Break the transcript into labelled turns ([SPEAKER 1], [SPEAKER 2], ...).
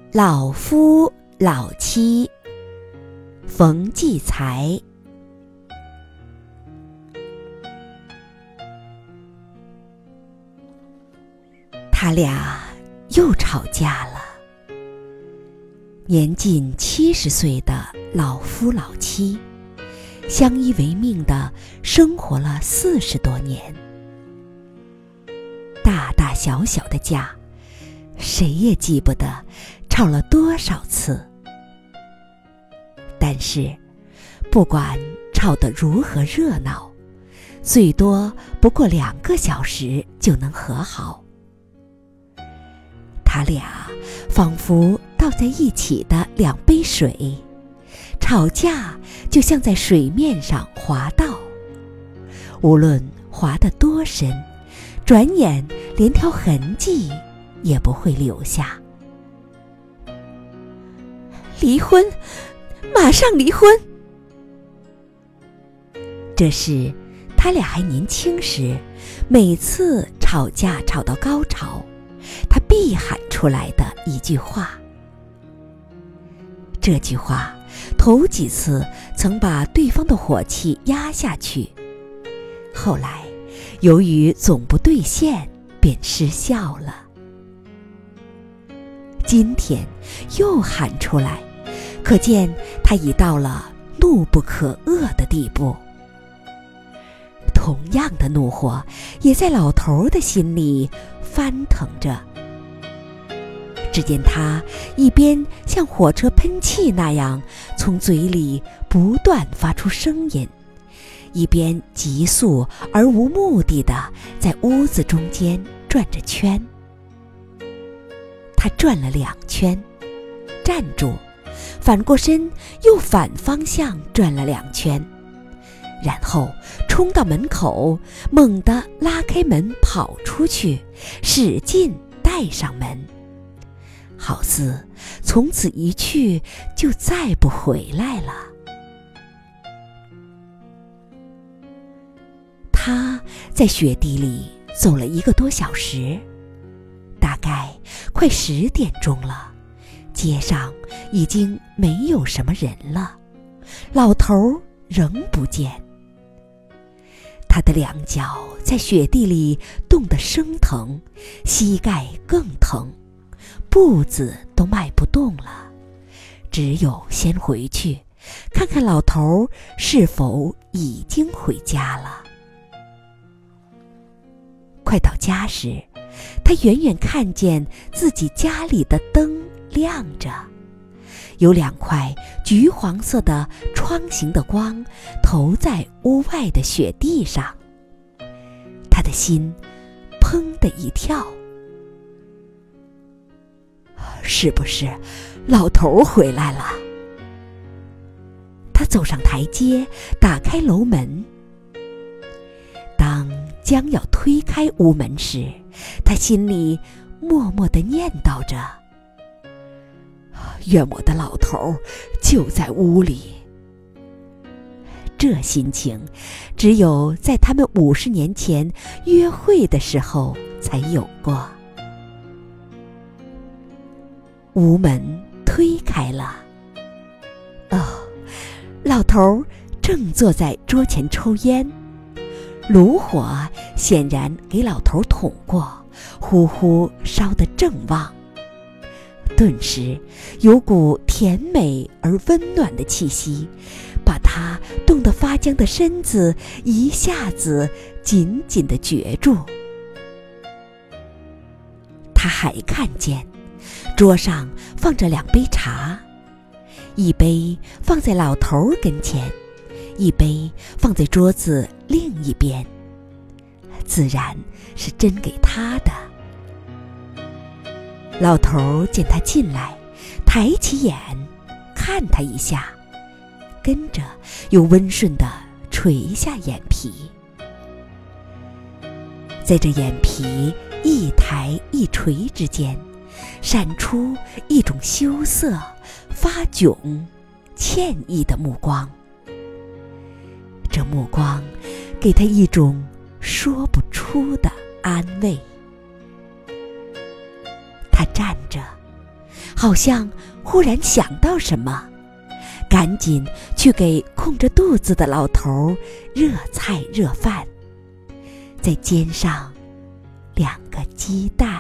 [SPEAKER 1] 老夫老妻，冯骥才。他俩又吵架了。年近70岁的老夫老妻，相依为命地生活了40多年，大大小小的架，谁也记不得吵了多少次。但是不管吵得如何热闹，最多不过2个小时就能和好。他俩仿佛倒在一起的2杯水，吵架就像在水面上滑道，无论滑得多深，转眼连条痕迹也不会留下。离婚，马上离婚！这是他俩还年轻时，每次吵架吵到高潮，他必喊出来的一句话。这句话头几次曾把对方的火气压下去，后来由于总不兑现，便失效了。今天又喊出来，可见他已到了怒不可遏的地步。同样的怒火也在老头的心里翻腾着。只见他一边像火车喷气那样从嘴里不断发出声音，一边急速而无目的地在屋子中间转着圈。他转了2圈，站住，反过身又反方向转了2圈，然后冲到门口，猛地拉开门跑出去，使劲带上门，好似从此一去就再不回来了。他在雪地里走了1个多小时，大概快10点钟了，街上已经没有什么人了，老头仍不见。他的2脚在雪地里冻得生疼，膝盖更疼，步子都迈不动了，只有先回去看看老头是否已经回家了。快到家时，他远远看见自己家里的灯亮着，有2块橘黄色的窗形的光投在屋外的雪地上。他的心砰的一跳，是不是老头回来了？他走上台阶，打开楼门。当将要推开屋门时，他心里默默地念叨着，愿我的老头就在屋里。这心情只有在他们50年前约会的时候才有过。屋门推开了，老头正坐在桌前抽烟，炉火显然给老头捅过，呼呼烧得正旺。顿时有股甜美而温暖的气息，把他冻得发僵的身子一下子紧紧地攫住。他还看见桌上放着2杯茶，一杯放在老头跟前，一杯放在桌子另一边，自然是斟给他的。老头见他进来，抬起眼看他一下，跟着又温顺地垂下眼皮。在这眼皮一抬一垂之间，闪出一种羞涩、发窘、歉意的目光。这目光给他一种说不出的安慰。他站着， 好像忽然想到什么，赶紧去给空着肚子的老头热菜热饭，再煎上2个鸡蛋。